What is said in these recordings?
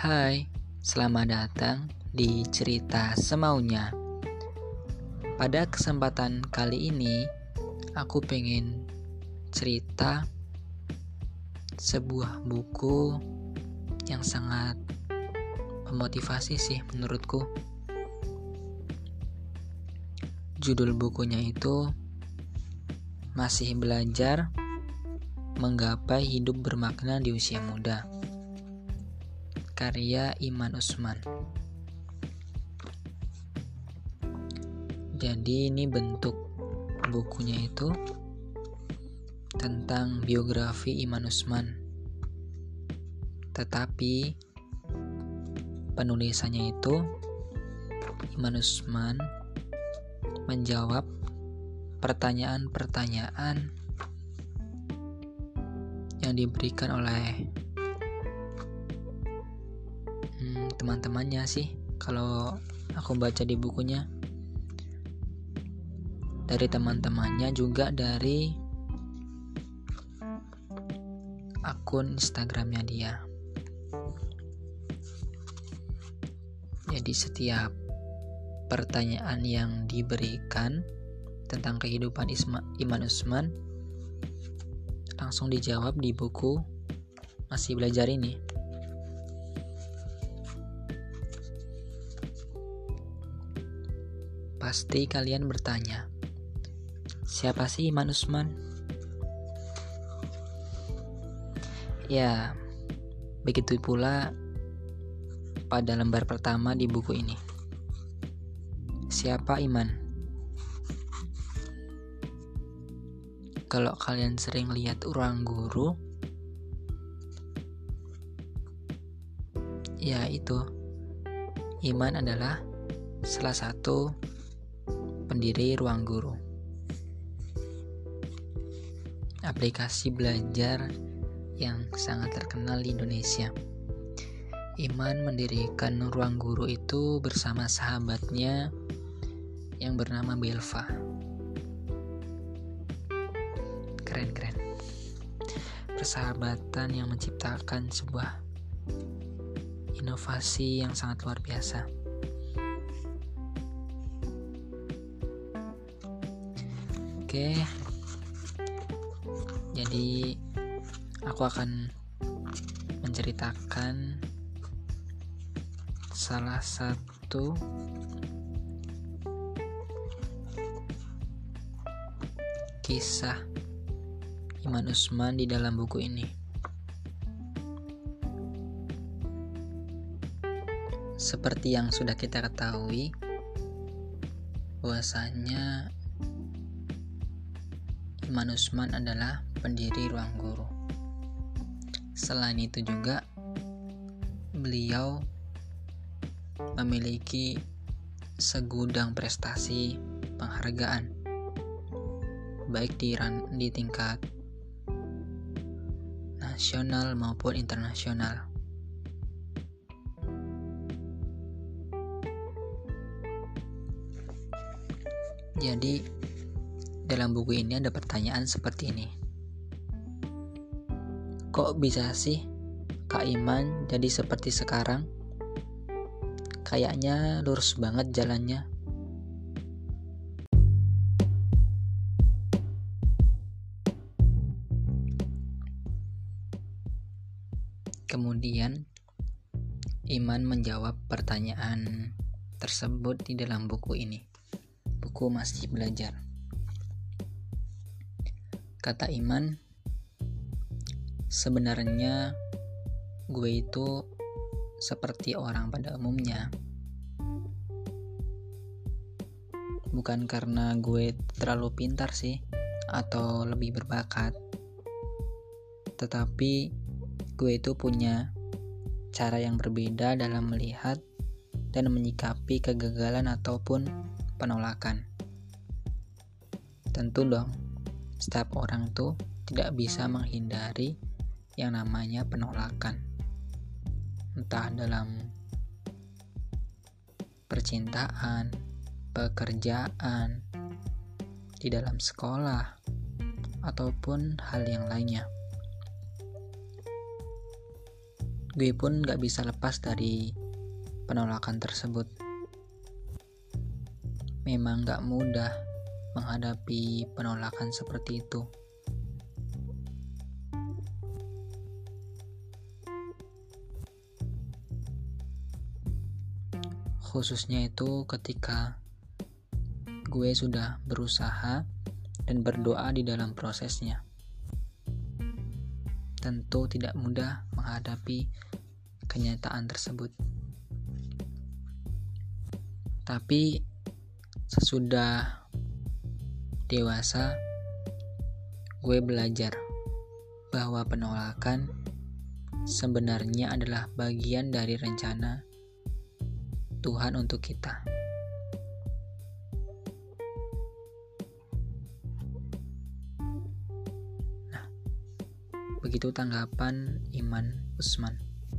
Hai, selamat datang di cerita semaunya. Pada kesempatan kali ini, aku pengen cerita sebuah buku yang sangat memotivasi sih menurutku. Judul bukunya itu Masih Belajar Menggapai Hidup Bermakna di Usia Muda, karya Iman Usman. Jadi ini bentuk bukunya itu tentang biografi Iman Usman, tetapi penulisannya itu Iman Usman menjawab pertanyaan-pertanyaan yang diberikan oleh teman-temannya sih, kalau aku baca di bukunya, dari teman-temannya, juga dari akun Instagramnya dia. Jadi setiap pertanyaan yang diberikan tentang kehidupan Iman Usman langsung dijawab di buku Masih Belajar ini. Pasti kalian bertanya, siapa sih Iman Usman? Ya, begitu pula pada lembar pertama di buku ini. Siapa Iman? Kalau kalian sering lihat Ruang Guru, ya itu, Iman adalah salah satu pendiri Ruang Guru, aplikasi belajar yang sangat terkenal di Indonesia. Iman mendirikan Ruang Guru itu bersama sahabatnya yang bernama Belva. Keren. Persahabatan yang menciptakan sebuah inovasi yang sangat luar biasa. Oke, jadi aku akan menceritakan salah satu kisah Iman Usman di dalam buku ini. Seperti yang sudah kita ketahui, bahwasanya Iman Usman adalah pendiri Ruang Guru. Selain itu juga beliau memiliki segudang prestasi penghargaan, baik di tingkat nasional maupun internasional. Jadi dalam buku ini ada pertanyaan seperti ini. Kok bisa sih Kak Iman jadi seperti sekarang? Kayaknya lurus banget jalannya. Kemudian Iman menjawab pertanyaan tersebut di dalam buku ini, buku Masih Belajar. Kata Iman, sebenarnya gue itu seperti orang pada umumnya. Bukan karena gue terlalu pintar sih atau lebih berbakat, tetapi gue itu punya cara yang berbeda dalam melihat dan menyikapi kegagalan ataupun penolakan. Tentu dong, setiap orang tuh tidak bisa menghindari yang namanya penolakan. Entah dalam percintaan, pekerjaan, di dalam sekolah, ataupun hal yang lainnya. gue pun gak bisa lepas dari penolakan tersebut. Memang gak mudah menghadapi penolakan seperti itu. Khususnya itu ketika gue sudah berusaha dan berdoa di dalam prosesnya. Tentu tidak mudah menghadapi kenyataan tersebut. Tapi sesudah dewasa, gue belajar bahwa penolakan sebenarnya adalah bagian dari rencana Tuhan untuk kita. Nah, begitu tanggapan Iman Usman.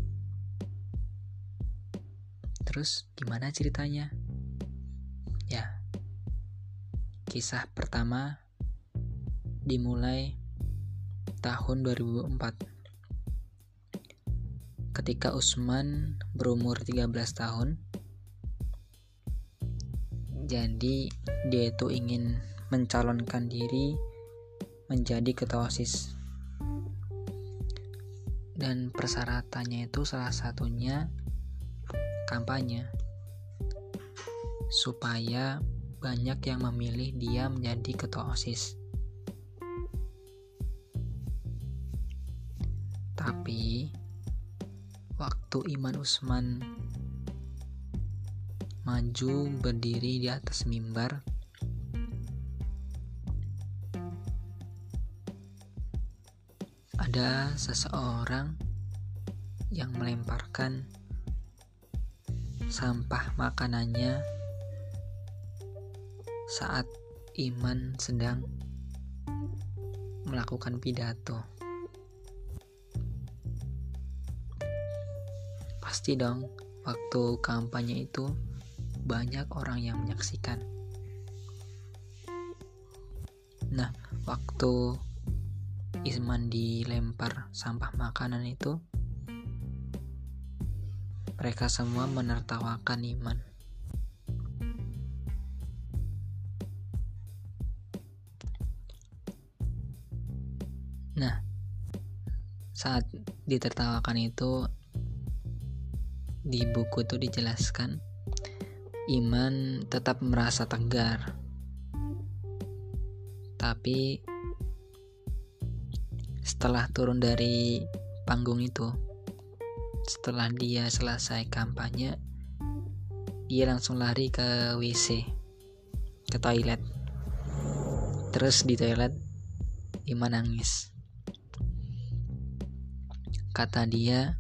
Terus gimana ceritanya? Ya, kisah pertama dimulai tahun 2004. Ketika Usman berumur 13 tahun. Jadi dia itu ingin mencalonkan diri menjadi ketua OSIS. Dan persyaratannya itu salah satunya kampanye. Supaya banyak yang memilih dia menjadi ketua OSIS. Tapi waktu Iman Usman maju berdiri di atas mimbar, ada seseorang yang melemparkan sampah makanannya saat Iman sedang melakukan pidato. Pasti dong, waktu kampanye itu banyak orang yang menyaksikan. Nah, waktu Iman dilempar sampah makanan itu, mereka semua menertawakan Iman. Nah, saat ditertawakan itu, di buku itu dijelaskan Iman tetap merasa tegar. Tapi setelah turun dari panggung itu, setelah dia selesai kampanye, dia langsung lari ke WC, ke toilet. Terus di toilet Iman nangis. Kata dia,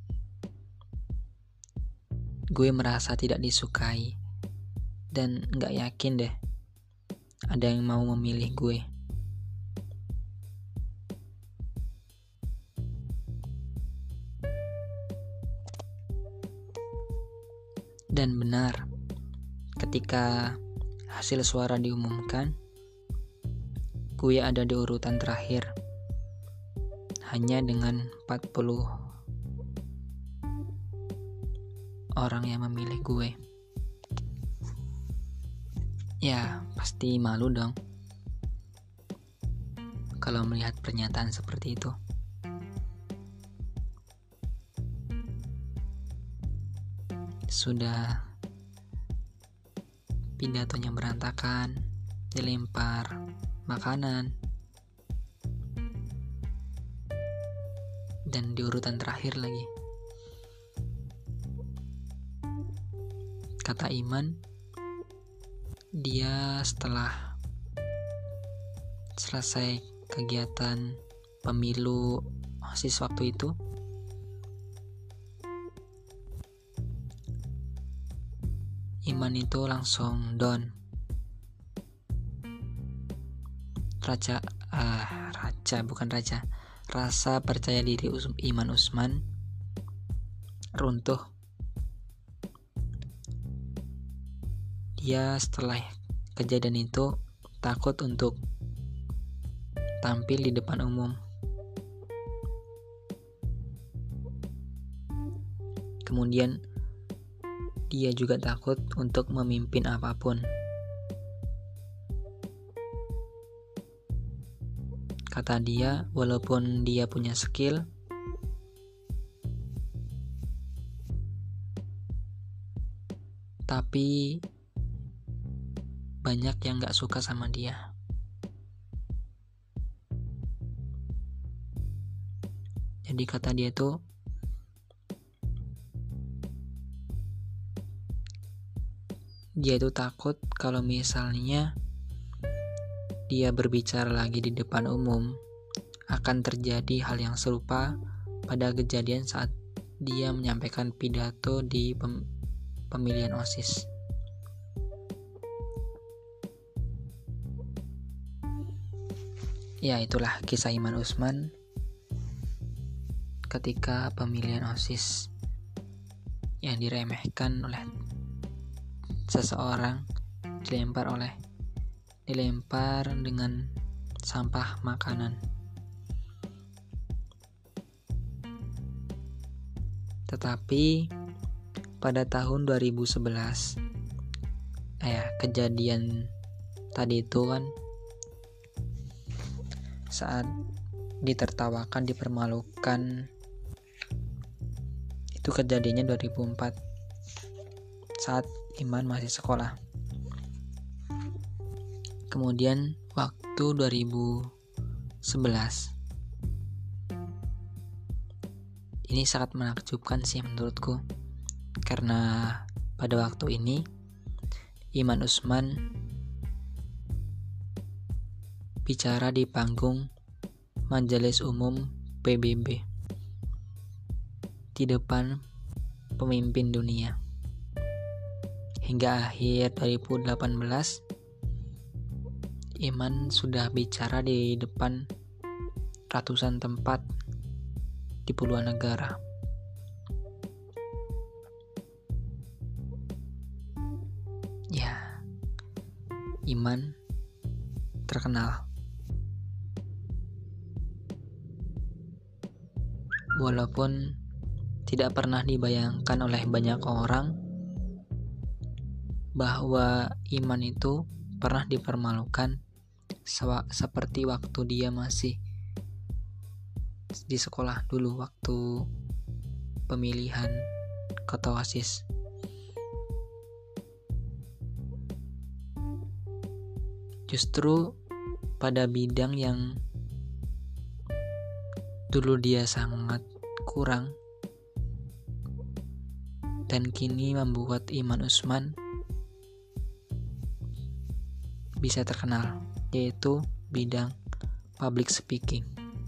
gue merasa tidak disukai dan gak yakin deh ada yang mau memilih gue. Dan benar, ketika hasil suara diumumkan, gue ada di urutan terakhir, hanya dengan 40 orang yang memilih gue. Ya, pasti malu dong kalau melihat pernyataan seperti itu. Sudah pidatonya berantakan, dilempar makanan, dan di urutan terakhir lagi. Kata Iman, dia setelah selesai kegiatan pemilu OSIS waktu itu, Iman itu langsung down. Rasa percaya diri Iman Usman runtuh. Dia setelah kejadian itu takut untuk tampil di depan umum. Kemudian dia juga takut untuk memimpin apapun. Kata dia, walaupun dia punya skill, tapi banyak yang gak suka sama dia. Jadi kata dia tuh, dia itu takut kalau misalnya dia berbicara lagi di depan umum, akan terjadi hal yang serupa pada kejadian saat dia menyampaikan pidato di pemilihan OSIS. Ya, itulah kisah Iman Usman ketika pemilihan OSIS yang diremehkan oleh seseorang, dilempar dengan sampah makanan. Tetapi pada tahun 2011, kejadian tadi itu kan saat ditertawakan, dipermalukan, itu kejadiannya 2004 saat Iman masih sekolah. Kemudian waktu 2011 ini sangat menakjubkan sih menurutku, karena pada waktu ini Iman Usman bicara di panggung Majelis Umum PBB di depan pemimpin dunia. Hingga akhir 2018 Iman sudah bicara di depan ratusan tempat di puluhan negara. Ya, Iman terkenal. Walaupun tidak pernah dibayangkan oleh banyak orang bahwa Iman itu pernah dipermalukan seperti waktu dia masih di sekolah dulu, waktu pemilihan ketua OSIS. Justru pada bidang yang dulu dia sangat kurang dan kini membuat Iman Usman bisa terkenal, yaitu bidang public speaking.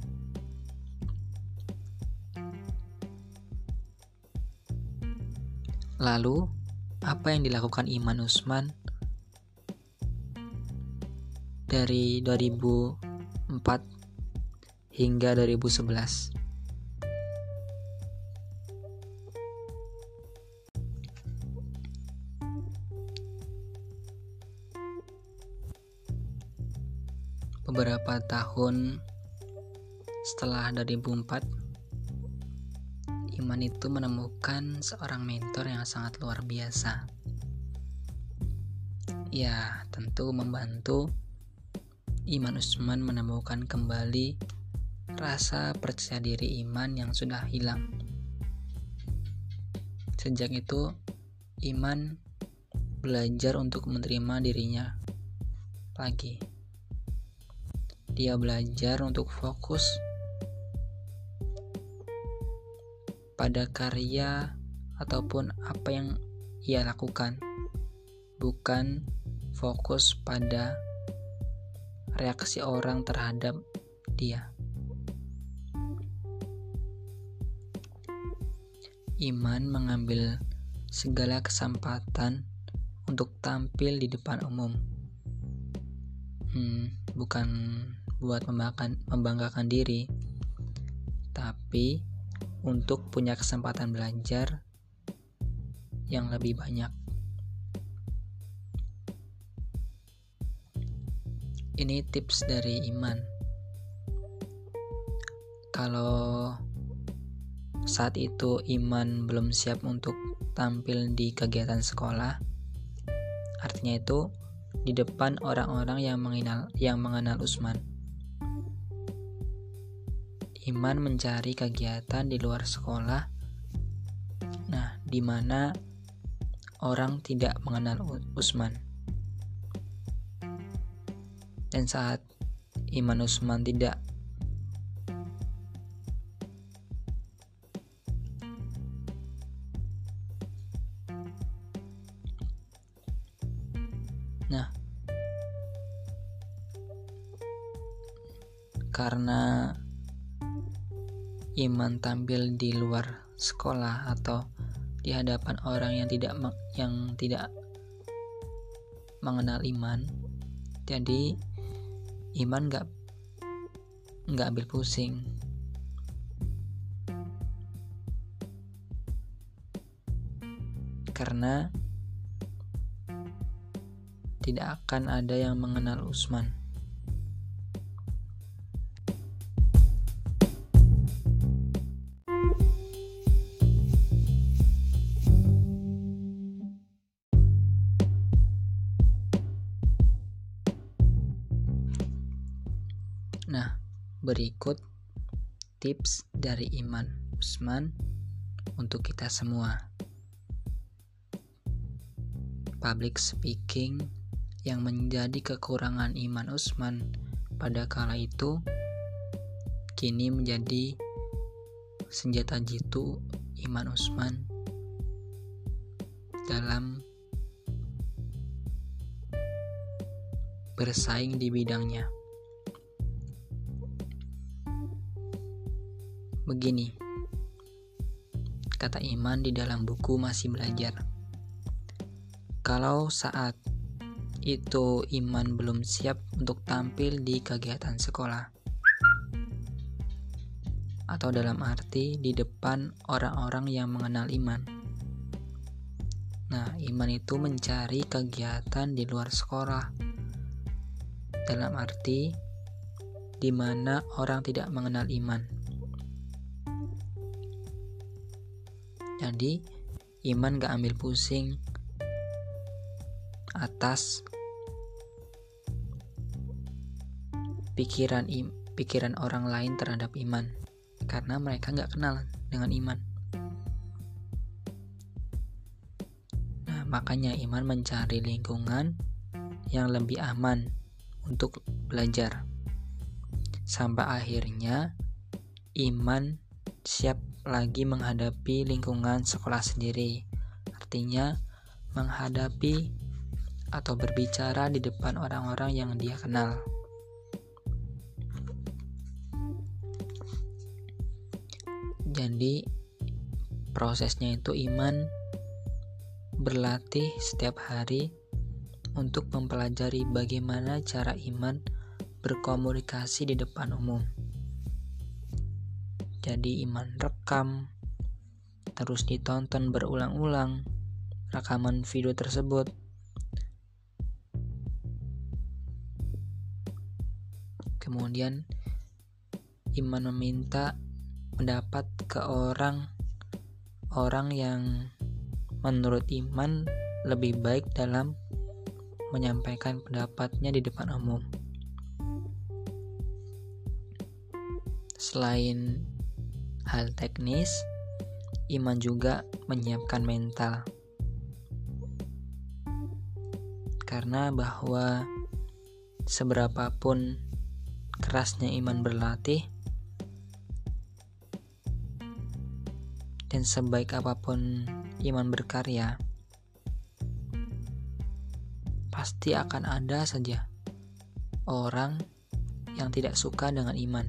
Lalu, apa yang dilakukan Iman Usman dari 2004 hingga 2011? Beberapa tahun setelah 2004, Iman itu menemukan seorang mentor yang sangat luar biasa. Ya, tentu membantu Iman Usman menemukan kembali rasa percaya diri Iman yang sudah hilang. Sejak itu, Iman belajar untuk menerima dirinya lagi. Dia belajar untuk fokus pada karya ataupun apa yang ia lakukan, bukan fokus pada reaksi orang terhadap dia. Iman mengambil segala kesempatan untuk tampil di depan umum, bukan buat membanggakan diri, tapi untuk punya kesempatan belajar yang lebih banyak. Ini tips dari Iman. Kalau saat itu Iman belum siap untuk tampil di kegiatan sekolah, artinya itu di depan orang-orang yang mengenal Usman. Iman mencari kegiatan di luar sekolah, di mana orang tidak mengenal Usman. Dan saat Iman Usman tidak karena Iman tampil di luar sekolah atau di hadapan orang yang tidak mengenal Iman, jadi Iman nggak ambil pusing. Karena tidak akan ada yang mengenal Usman. Berikut tips dari Iman Usman untuk kita semua. Public speaking yang menjadi kekurangan Iman Usman pada kala itu kini menjadi senjata jitu Iman Usman dalam bersaing di bidangnya. Begini kata Iman di dalam buku Masih Belajar. Kalau saat itu Iman belum siap untuk tampil di kegiatan sekolah, atau dalam arti di depan orang-orang yang mengenal Iman. Iman itu mencari kegiatan di luar sekolah, dalam arti di mana orang tidak mengenal Iman. Jadi Iman gak ambil pusing atas pikiran orang lain terhadap Iman, karena mereka gak kenal dengan Iman. Makanya Iman mencari lingkungan yang lebih aman untuk belajar. Sampai akhirnya Iman siap lagi menghadapi lingkungan sekolah sendiri, artinya menghadapi atau berbicara di depan orang-orang yang dia kenal. Jadi prosesnya itu Iman berlatih setiap hari untuk mempelajari bagaimana cara Iman berkomunikasi di depan umum. Jadi Iman rekam, terus ditonton berulang-ulang rekaman video tersebut. Kemudian Iman meminta pendapat ke orang yang menurut Iman lebih baik dalam menyampaikan pendapatnya di depan umum. Selain hal teknis, Iman juga menyiapkan mental. Karena bahwa seberapapun kerasnya Iman berlatih dan sebaik apapun Iman berkarya, pasti akan ada saja orang yang tidak suka dengan Iman.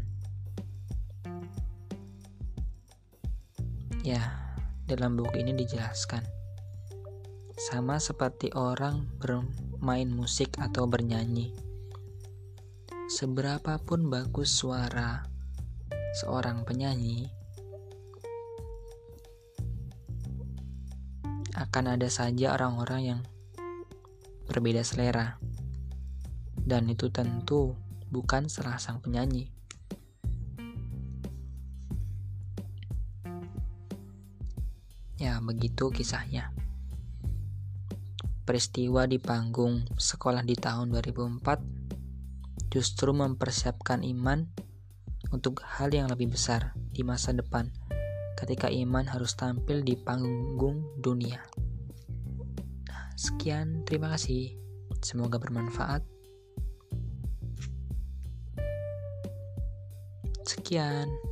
Dalam buku ini dijelaskan, sama seperti orang bermain musik atau bernyanyi. Seberapapun bagus suara seorang penyanyi, akan ada saja orang-orang yang berbeda selera, dan itu tentu bukan salah sang penyanyi. begitu kisahnya. Peristiwa di panggung sekolah di tahun 2004 justru mempersiapkan Iman untuk hal yang lebih besar di masa depan ketika Iman harus tampil di panggung dunia. Nah, sekian, terima kasih. Semoga bermanfaat. Sekian.